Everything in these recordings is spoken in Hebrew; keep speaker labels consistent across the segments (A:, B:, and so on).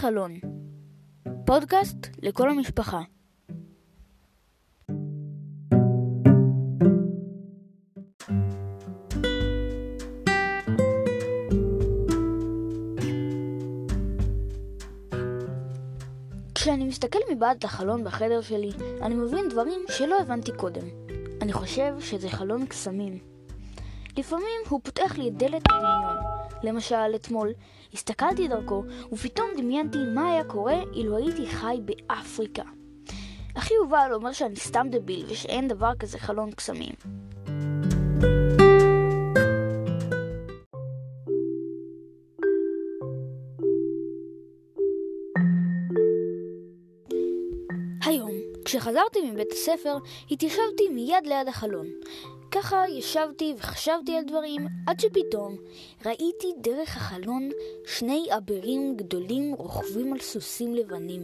A: החלון, פודקאסט לכל המשפחה. כשאני מסתכל מבעד לחלון בחדר שלי, אני מבין דברים שלא הבנתי קודם. אני חושב שזה חלון קסמים. לפעמים הוא פותח לי את דלת הדמיון. למשל, אתמול הסתכלתי דרכו ופתאום דמיינתי מה היה קורה אילו הייתי חי באפריקה. אחי יובל אומר שאני סתם דביל ושאין דבר כזה חלון קסמים. היום, כשחזרתי מבית הספר, התיישבתי מיד ליד החלון. ככה ישבתי וחשבתי על דברים, עד שפתאום ראיתי דרך החלון שני עברים גדולים רוכבים על סוסים לבנים.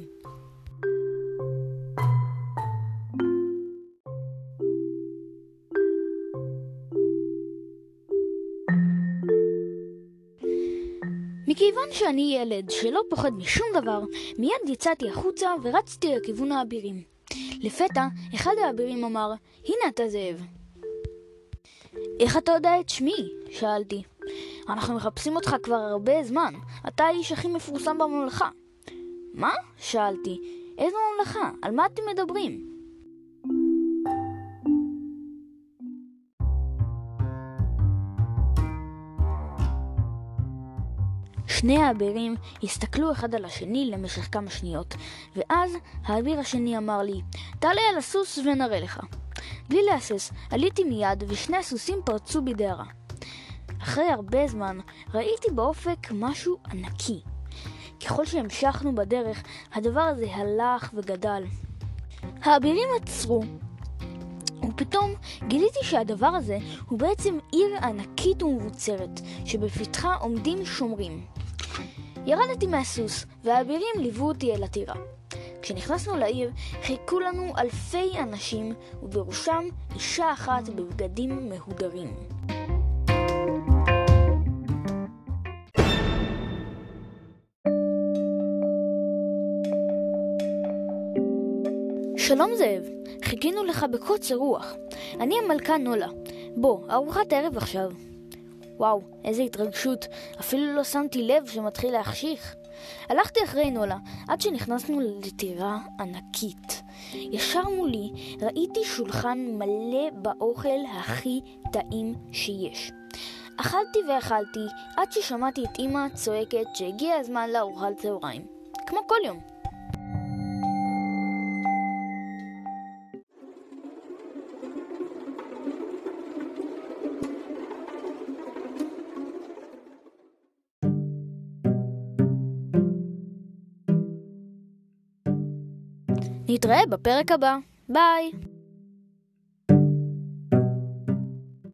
A: מכיוון שאני ילד שלא פוחד משום דבר, מיד יצאתי החוצה ורצתי לכיוון האבירים. לפתע, אחד האבירים אמר, "הנה אתה זאב." "איך אתה יודע את שמי?" שאלתי. "אנחנו מחפשים אותך כבר הרבה זמן. אתה האיש הכי מפורסם בממלכה." "מה?" שאלתי. "איזו ממלכה? על מה אתם מדברים?" שני האבירים הסתכלו אחד על השני למשך כמה שניות, ואז האביר השני אמר לי, "תעלה על הסוס ונראה לך." בלי להסס, עליתי מיד ושני הסוסים פרצו בדהרה. אחרי הרבה זמן ראיתי באופק משהו ענקי. ככל שהמשכנו בדרך, הדבר הזה הלך וגדל. האבירים עצרו, ופתאום גיליתי שהדבר הזה הוא בעצם עיר ענקית ומבוצרת, שבפתחה עומדים שומרים. ירדתי מהסוס, והאבירים ליוו אותי אל הטירה. כשנכנסנו לעיר, חיכו לנו אלפי אנשים, ובראשם אישה אחת בבגדים מהודרים. "שלום זאב, חיכינו לך בקוצר רוח. אני המלכה נולה. בוא, ארוחת ערב עכשיו." וואו, איזה התרגשות. אפילו לא שמתי לב שמתחיל להחשיך. הלכתי אחרי נולה עד שנכנסנו לטירה ענקית. ישר מולי ראיתי שולחן מלא באוכל הכי טעים שיש. אכלתי ואכלתי עד ששמעתי את אמא צועקת שהגיע הזמן לארוחת צהריים. כמו כל יום. נתראה בפרק הבא. ביי.